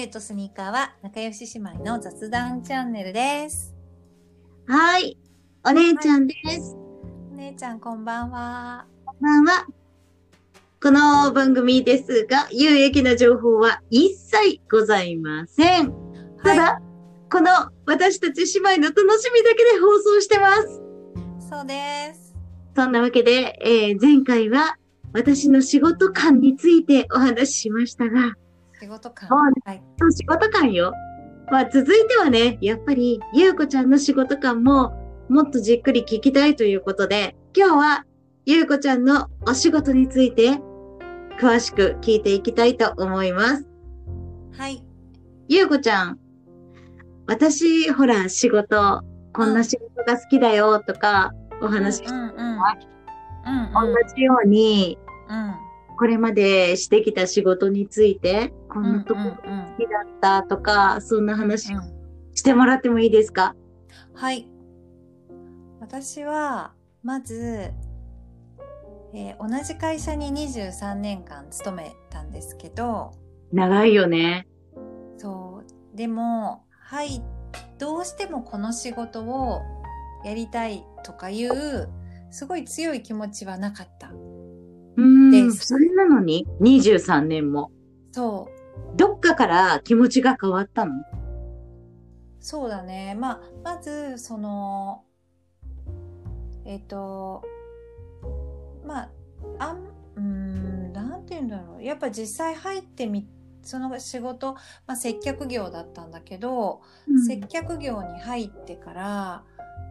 ゆうとスニーカーは仲良し姉妹の雑談チャンネルです。 はい。お姉ちゃんです。 お姉ちゃんこんばんは。 こんばんは。この番組ですが、有益な情報は一切ございません。たはい。 だ、この私たち姉妹の楽しみだけで放送してます。 そうです。 そんなわけで、前回は私の仕事観についてお話ししましたが、 仕事感。 もうねはい。 仕事観よ。続いてはね、やっぱり、ゆうこちゃんの仕事観も、もっとじっくり聞きたいということで、今日は、ゆうこちゃんのお仕事について、詳しく聞いていきたいと思います。 はい。 ゆうこちゃん、私、ほら、仕事、こんなうん。 仕事が好きだよとか、おうん話ししてうんうん。 た。同うんうん。 じように、 うん。 これまでしてきた仕事について、こうんうんなところが好んきだったとか、そんなうん。うん話をうん。 してもらってもいいですか？ はい。私は、まず、同じ会社に23年間勤めたんですけど、 長いよね。 そう。でも、はい、どうしてもこの仕事をやりたいとかいう、すごい強い気持ちはなかったです。 それなのに23年も。 そう。 どっかから気持ちが変わったの？ そうだね。まず、えっと、まあ、なんて言うんだろう。やっぱ実際入ってその仕事、接客業だったんだけど、接客業に入ってから、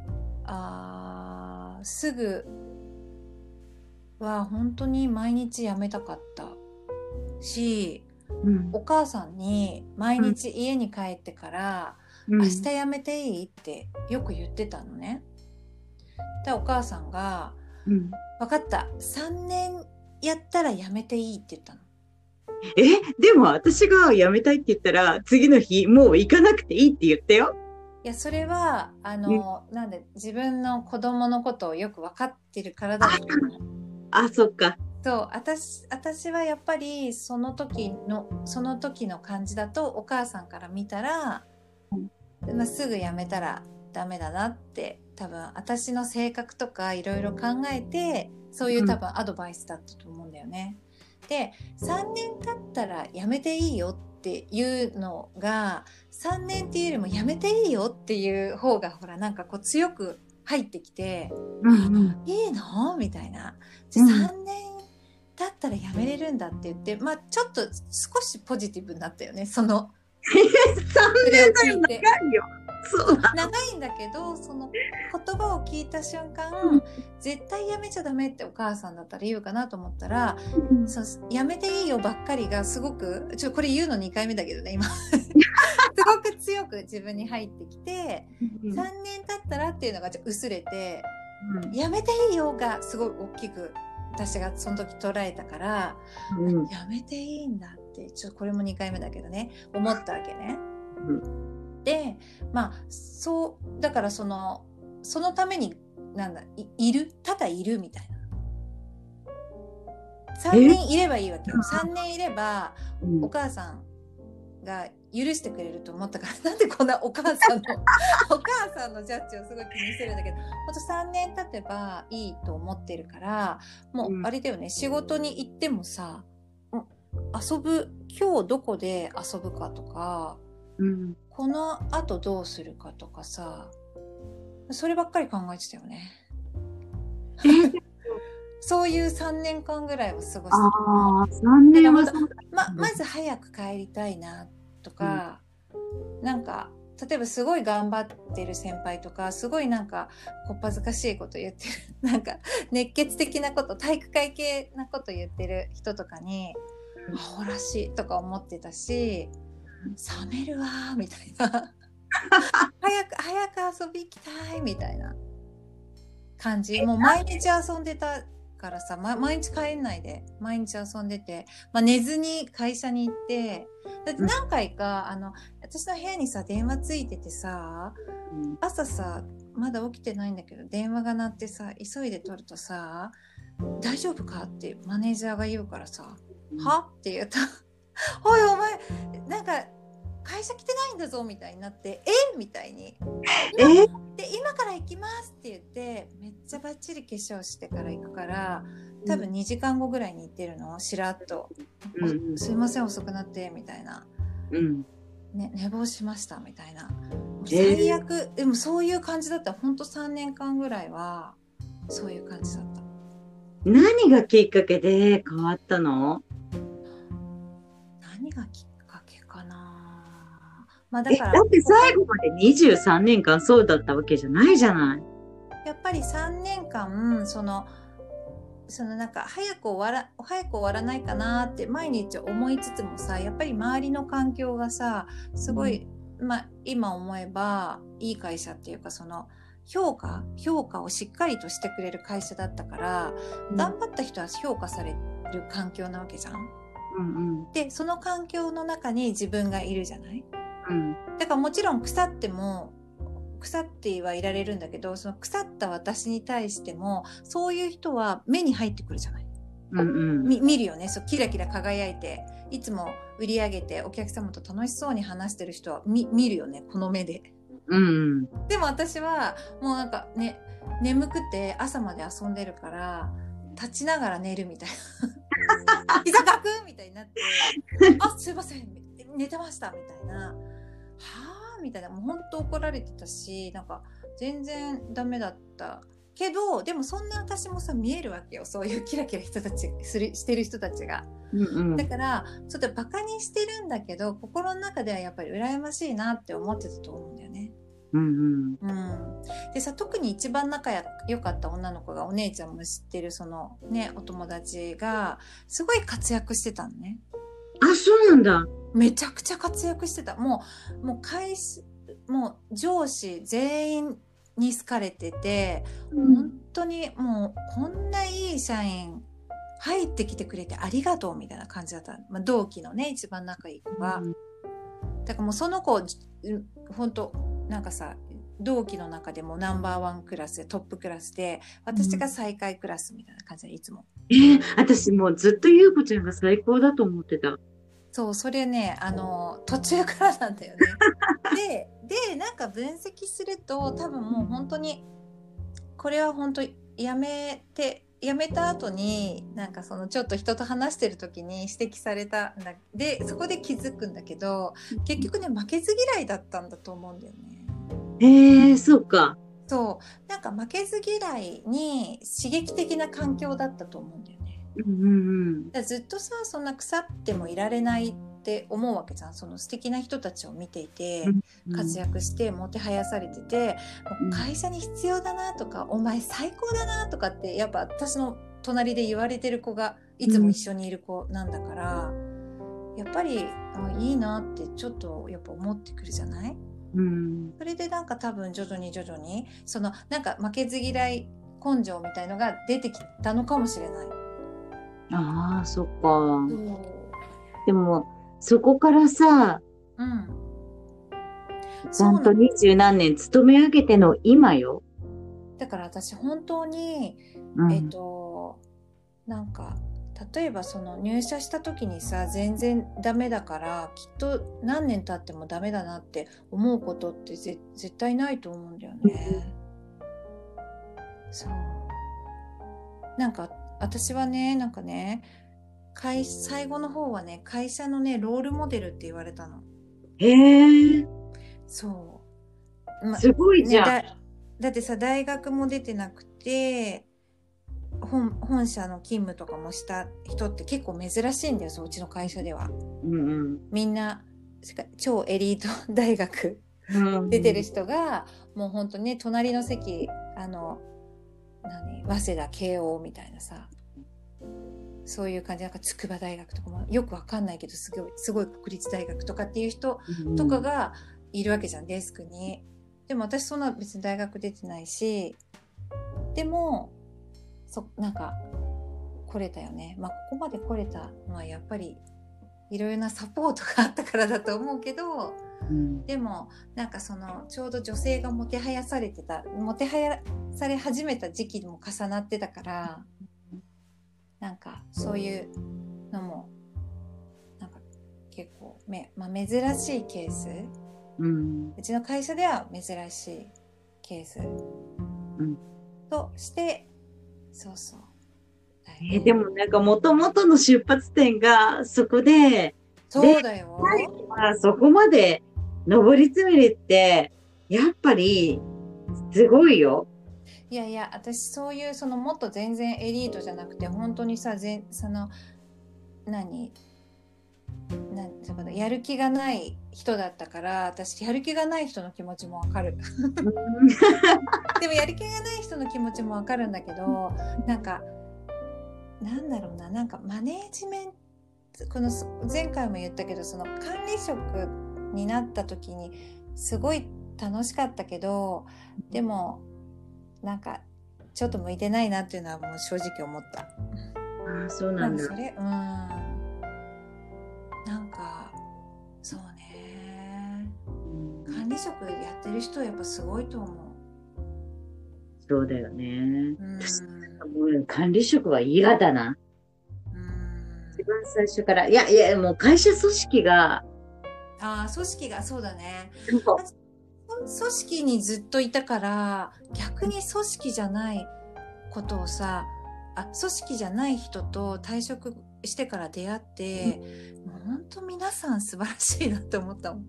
すぐは本当に毎日辞めたかったし、 うん、 お母さんに毎うん、 日家に帰ってから明日うん、 辞めていいってよく言ってたのね。で、お母さんが、 うん。 分かった、3年やったら辞めていいって言ったの。 でも私が辞めたいって言ったら、次の日もう行かなくていいって言ったよ。 いや、それは、 うん、 なんで自分の子供のことをよく分かってるからだと思う。 そっか。 そう、私はやっぱりその時の感じだとお母さんから見たら、すぐ辞めたらダメだなって多分私の性格とかいろいろ考えてそういううん、 多分アドバイスだったと思うんだよね。で、3年経ったら辞めていいよっていうのが3年っていうよりも辞めていいよっていう方がほらなんかこう強く入ってきて、 うん、うん、 いいのみたいな。じゃあうん。 3年だったら辞めれるんだって言って、ちょっと少しポジティブになったよね。それを 3年だよ、 聞いて。 長いよ。そそう、 うなの。 長いんだけど、その言葉を聞いた瞬うん、 間、絶対やめちゃダメってお母さんだったら言うかなと思ったら、 うん、 やめていいよばっかりがすごく、これ言うの2回目だけどね、今。すごく強く自分に入ってきて、 うん、 3年経ったらっていうのが薄れて、 うん、 やめていいよがすごい大きく私がその時捉えたから、 うん、 やめていいんだって、これも2回目だけどね、思ったわけね。 うん。 で、だからそのために、ただいるみたいな。3 え、 年いればいいわけよ。3年いれば、 うん、 お母さんが許してくれると思ったから、なんでこんなお母さんの、お母さんのジャッジをすごい気にしてるんだけど、ほんと3年経てばいいと思ってるから、もううん、 あれだよね、仕事に行ってもさ、今日どこで遊ぶかとか、 うん。 この後どうするかとかさ、そればっかり考えてたよね。 えー、 そういう3年間ぐらいを過ごしてたの。 3 だから本当、 年はそうだね。 まず早く帰りたいなとうん、 か、なんか、例えばすごい頑張ってる先輩とか、すごいなんか、こっぱずかしいこと言ってる、なんか、熱血的なこと、体育会系なこと言ってる人とかに、アホらしいとか思ってたし、冷めるわーみたいな。早く遊び行きたいみたいな感じ。もう毎日遊んでたからさ、毎日帰んないで、毎日遊んでて、寝ずに会社に行って、だってうん、 何回か、私の部屋にさ、電話ついててさ、 うん、 朝さ、まだ起きてないんだけど、電話が鳴ってさ、急いで取るとさ、大丈夫かってマネージャーが言うからさ、 うん。 はって言うと、おいお前、なんか、 会社来てないんだぞみたいになって、みたいに、で今から行きますって言ってめっちゃバッチリ化粧してから行くから、多分2時間後ぐらいに行ってるの、しらっと、すいません遅くなってみたいな、寝坊しましたみたいな、最悪。でもそういう感じだった。ほんと3年間ぐらいはそういう感じだった。 何がきっかけで変わったの？ 何がきっかけかな。まあだからだって最後まで23年間そうだったわけじゃないじゃない。 やっぱり3年間そのなんか早く終わらないかなって毎日思いつつもさ、やっぱり周りの環境がさすごい、まあ今思えばいい会社っていうか、その評価をしっかりとしてくれる会社だったから、頑張った人は評価される環境なわけじゃん。でその環境の中に自分がいるじゃない。だからもちろん腐ってはいられるんだけど、その腐った私に対してもそういう人は目に入ってくるじゃない。見るよね。そうキラキラ輝いていつも売り上げてお客様と楽しそうに話してる人は見るよね、この目で。でも私はもうなんかね、眠くて朝まで遊んでるから立ちながら寝るみたいな膝ガクンみたいになってあ、すいません寝てましたみたいな、はぁみたいな、もう本当怒られてたし、なんか全然ダメだったけど、でもそんな私もさ見えるわけよ、そういうキラキラしてる人たちが。だからちょっとバカにしてるんだけど、心の中ではやっぱり羨ましいなって思ってたと思うんだよね。でさ、特に一番仲良かった女の子が、お姉ちゃんも知ってるそのねお友達がすごい活躍してたのね。 あ、そうなんだ。 めちゃくちゃ活躍してた。もう上司全員に好かれてて、本当にもうこんないい社員入ってきてくれてありがとうみたいな感じだった。同期のね一番仲いい子が、だからもうその子本当なんかさ、同期の中でもナンバーワンクラスでトップクラスで、私が最下位クラスみたいな感じでいつも。 私もうずっとゆうこちゃんが最高だと思ってた。 そう、それね、途中からなんだよね。で、なんか分析すると、多分もう本当に、これは本当やめた後に、なんかそのちょっと人と話してる時に指摘されたんだ。で、そこで気づくんだけど、結局ね、負けず嫌いだったんだと思うんだよね。 そうか。 そう、なんか負けず嫌いに刺激的な環境だったと思うんだよね。だからずっとさ、そんな腐ってもいられないって思うわけじゃん。その素敵な人たちを見ていて、活躍してもてはやされてて、もう会社に必要だなとか、お前最高だなとかってやっぱ私の隣で言われてる子がいつも一緒にいる子なんだから、やっぱりいいなってちょっとやっぱ思ってくるじゃない。それでなんか多分徐々にそのなんか負けず嫌い根性みたいのが出てきたのかもしれない。 ああ、そっか。でも、そこからさ、ちゃんと20何年勤め上げての今よ。 だから私本当に、なんか、例えばその入社した時にさ、全然ダメだから、きっと何年経ってもダメだなって思うことって絶対ないと思うんだよね。そう。なんか、私はね、なんかね、最後の方はね、会社のね、ロールモデルって言われたの。そう。 すごいじゃん。 だってさ、大学も出てなくて、本社の勤務とかもした人って結構珍しいんだよ、そう、うちの会社では。みんな、超エリート大学出てる人が、もうほんとね、隣の席、早稲田、慶応みたいなさ、そういう感じ、なんか筑波大学とかもよくわかんないけど、すごい国立大学とかっていう人とかがいるわけじゃん、デスクに。でも私そんな別に大学出てないし、でもなんか来れたよね。ここまで来れたのはやっぱりいろいろなサポートがあったからだと思うけど、でもなんかそのちょうど女性がもてはやされ始めた時期も重なってたから、なんかそういうのもなんか結構まあ、珍しいケース、 うん。 うちの会社では珍しいケースうんとして、そうそうだよね。 でもなんか元々の出発点がそこで、 そうだよ。 まあ、そこまで上り詰めるって、やっぱりすごいよ。 いやいや、私そういうそのもっと全然エリートじゃなくて、本当にさ、その何そうかな、やる気がない人だったから、私やる気がない人の気持ちもわかる。でもやる気がない人の気持ちもわかるんだけど、なんかなんだろうな、なんかマネージメント、この前回も言ったけど、その管理職になった時にすごい楽しかったけど、でもなんかちょっと向いてないなっていうのはもう正直思った。 ああ、そうなんだ。 なんかそれなんかそうね、管理職やってる人はやっぱすごいと思う。 そうだよね。私なんかもう管理職は嫌だな。一番最初から。いやいや、もう会社組織が、 ああ、組織がそうだね。 そう組織にずっといたから、逆に組織じゃないことをさ、組織じゃない人と退職してから出会って、もう本当皆さん素晴らしいなって思ったもん。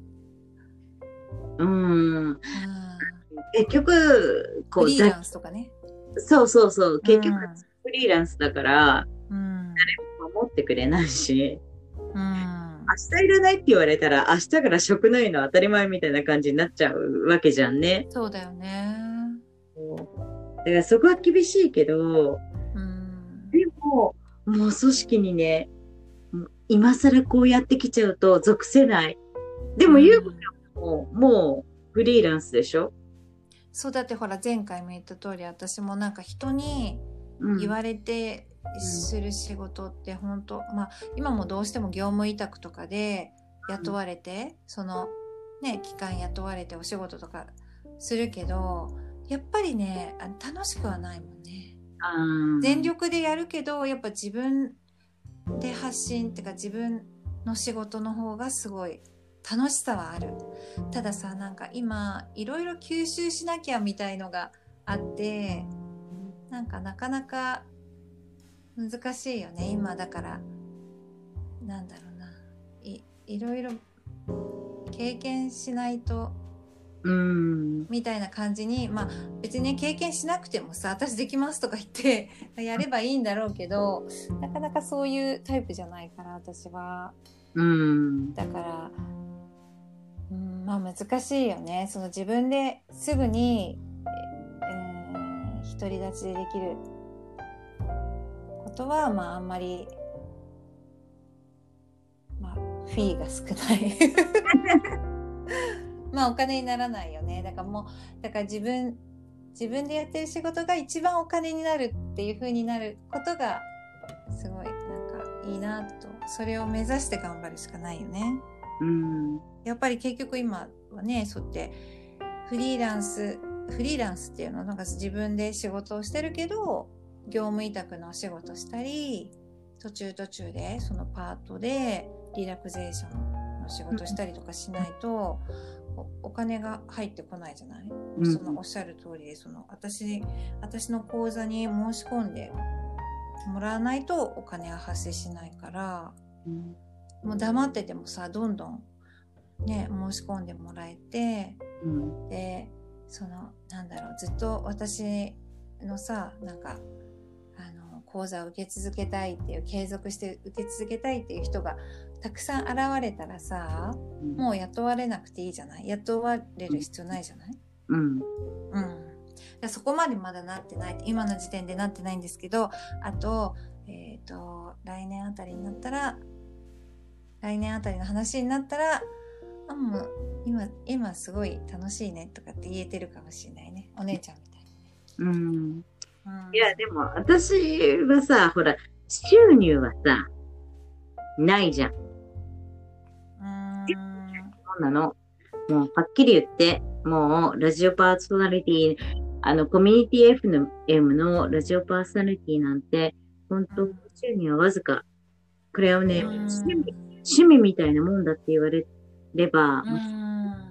結局、 フリーランスとかね。 そうそうそう。結局、フリーランスだから、誰も守ってくれないし、明日いらないって言われたら、明日から職ないの当たり前みたいな感じになっちゃうわけじゃんね。 そうだよね。 だからそこは厳しいけど、でも、もう組織にね、今更こうやってきちゃうと属せない。でも、ゆうこちゃんもうフリーランスでしょ？ そうだってほら、前回も言った通り、私もなんか人に言われてする仕事って本当、まあ今もどうしても業務委託とかで雇われて、そのね、期間雇われてお仕事とかするけど、やっぱりね、楽しくはないもんね。全力でやるけど、やっぱ自分で発信っていうか自分の仕事の方がすごい楽しさはある。たださ、なんか今いろいろ吸収しなきゃみたいのがあって、なんかなかなか難しいよね今。だからなんだろうな、いろいろ経験しないとみたいな感じに、まあ別にね、経験しなくてもさ、私できますとか言ってやればいいんだろうけど、なかなかそういうタイプじゃないから私は。だからまあ難しいよね。その自分ですぐに、独り立ちでできることはまああんまり、まあフィーが少ないまあお金にならないよね。だから自分でやってる仕事が一番お金になるっていう風になることがすごいなんかいいなと、それを目指して頑張るしかないよね。やっぱり結局今はね、そうやってフリーランスっていうのはなんか自分で仕事をしてるけど、業務委託のお仕事したり、途中でそのパートでリラクゼーションの仕事したりとかしないと、お金が入ってこないじゃない？そのおっしゃる通りで、その私の口座に申し込んでもらわないとお金は発生しないから、もう黙っててもさ、どんどんね申し込んでもらえて、でそのなんだろう、ずっと私のさ、なんか講座を受け続けたいっていう、継続して受け続けたいっていう人がたくさん現れたらさ、もう雇われなくていいじゃない？雇われる必要ないじゃない？そこまでまだなってない、今の時点でなってないんですけど、あと来年あたりの話になったら、もう今すごい楽しいねとかって言えてるかもしれないね、お姉ちゃんみたいに。 いや、でも私はさ、ほら、収入はさ、ないじゃん。そうなの。もう、はっきり言って、もう、ラジオパーソナリティ、コミュニティ FM のラジオパーソナリティなんて、本当収入はわずか。これをね、 趣味みたいなもんだって言われれば、 うん。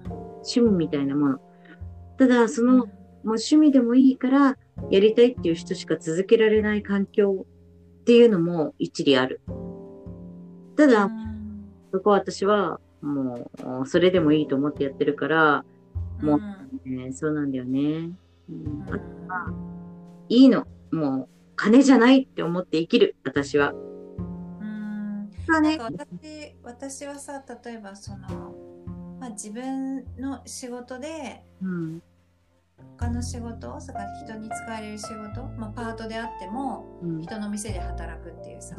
趣味みたいなもの。ただ、もう趣味でもいいから、やりたいっていう人しか続けられない環境っていうのも一理ある。ただ、そこは私は、もう、それでもいいと思ってやってるから、もう、そうなんだよね。あとはいいの。もう、金じゃないって思って生きる、私は。 なんか私はさ、例えば自分の仕事で、他の仕事、人に使われる仕事、パートであっても、人の店で働くっていうさ、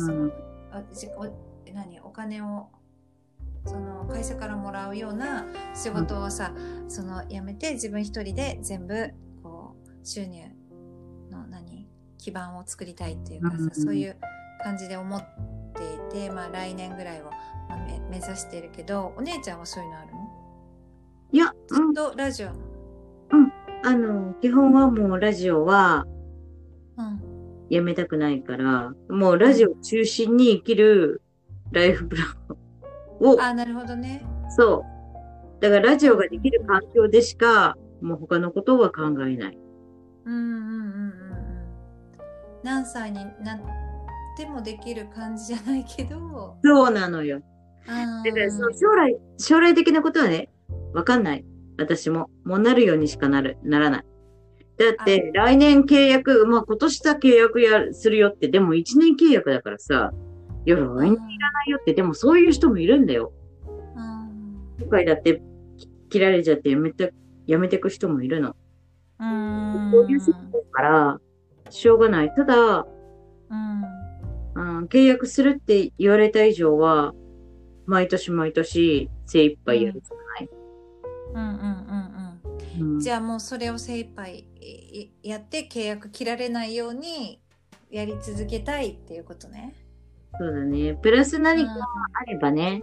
お金を会社からもらうような仕事をさ、辞めて自分一人で全部こう収入の基盤を作りたいっていうかさ、そういう感じで思っていて、来年ぐらいを、目指しているけど、お姉ちゃんはそういうのあるの？ いや、 ずっとラジオ。 基本はもうラジオはやめたくないから、もうラジオ中心に生きるライフプランを。 なるほどね。 そう。だからラジオができる環境でしか、もう他のことは考えない。 何歳になってもできる感じじゃないけど。 そうなのよ。だから将来的なことはね、わかんない。私も。もうなるようにしかならない。だって、来年契約、今年さ契約するよって、でも1年契約だからさ、来年いらないよって、でもそういう人もいるんだよ。今回だって切られちゃってやめてく人もいるの。そういう人だから、しょうがない。ただ、契約するって言われた以上は、毎年毎年精一杯やるじゃない。 じゃあもうそれを精一杯やって契約切られないようにやり続けたいっていうことね。 そうだね。プラス何かあればね。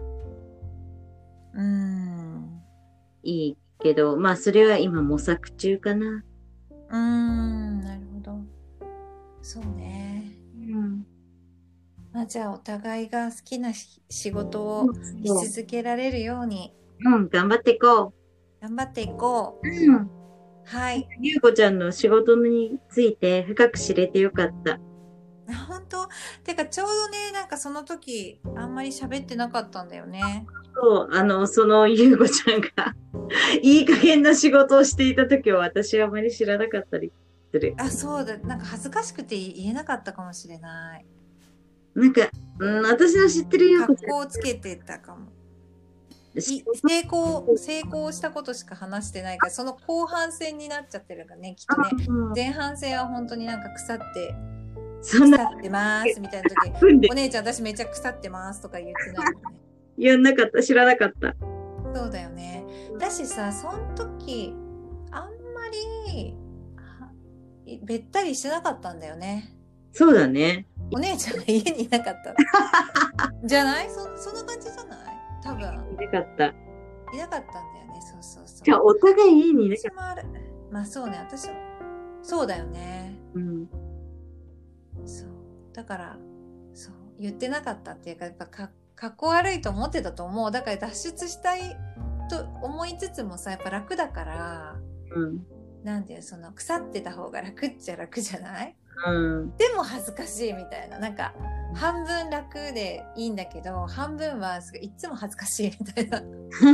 いいけど、それは今模索中かな。 なるほど。そうね。じゃあお互いが好きな仕事をし続けられるように。 頑張っていこう。 頑張っていこう。はい。 ゆうこちゃんの仕事について深く知れてよかった。 本当？てかちょうどね、その時あんまり喋ってなかったんだよね。 そう、そのゆうこちゃんがいい加減な仕事をしていた時は私はあまり知らなかったりする。 そうだ。恥ずかしくて言えなかったかもしれない。 私の知ってるゆうこちゃん。 格好をつけてたかも。成功したことしか話してないから、その後半戦になっちゃってるからね、きっとね。前半戦は本当に腐ってますみたいな時、お姉ちゃん私めっちゃ腐ってますとか言ってないもんね。 言わなかった、知らなかった。 そうだよね。だしさ、その時あんまりべったりしてなかったんだよね。 そうだね。 お姉ちゃんが家にいなかったじゃない？そんな感じじゃない？多分。 いなかった。 いなかったんだよね。そう。 じゃあお互い家にいなかった。そうね、私も。そうだよね。そう。だから、そう。言ってなかったっていうか、やっぱかっこ悪いと思ってたと思う。だから脱出したいと思いつつもさ、やっぱ楽だから、なんで腐ってた方が楽っちゃ楽じゃない？でも恥ずかしいみたいな。半分楽でいいんだけど、半分はいつも恥ずかしいみたいな。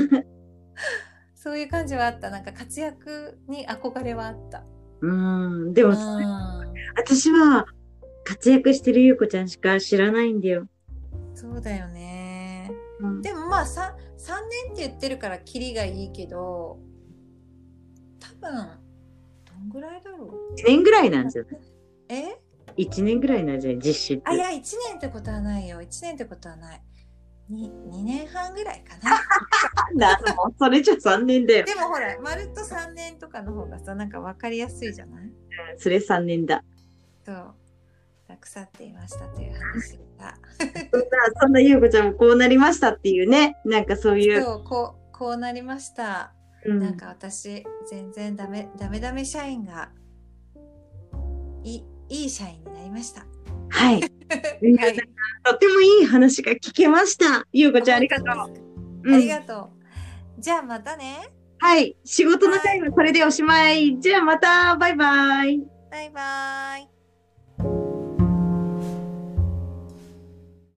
そういう感じはあった。活躍に憧れはあった。 でも、私は活躍してるゆうこちゃんしか知らないんだよ。 そうだよね。でも3年って言ってるからキリがいいけど、多分、どんぐらいだろう。 1年ぐらいなんじゃない？ 1 年ぐらいなんじゃない？実施って。 いや、1年ってことはないよ。1年ってことはない。2年半ぐらいかな。それじゃ3年だよ。 でもほら、まるっと3年とかの方がさ、分かりやすいじゃない？ それ3年だ。 そう。腐っていましたという話が。 そんなゆうこちゃんもこうなりましたっていうね。そういう。 そう、こうなりました。私、全然ダメ社員がいい社員になりました。 はい。 はい。 とってもいい話が聞けました。ゆうこちゃんありがとう。 ありがとう。じゃあまたね。 はい。仕事の会はこれでおしまい。じゃあまた、バイバイ。 バイバイ。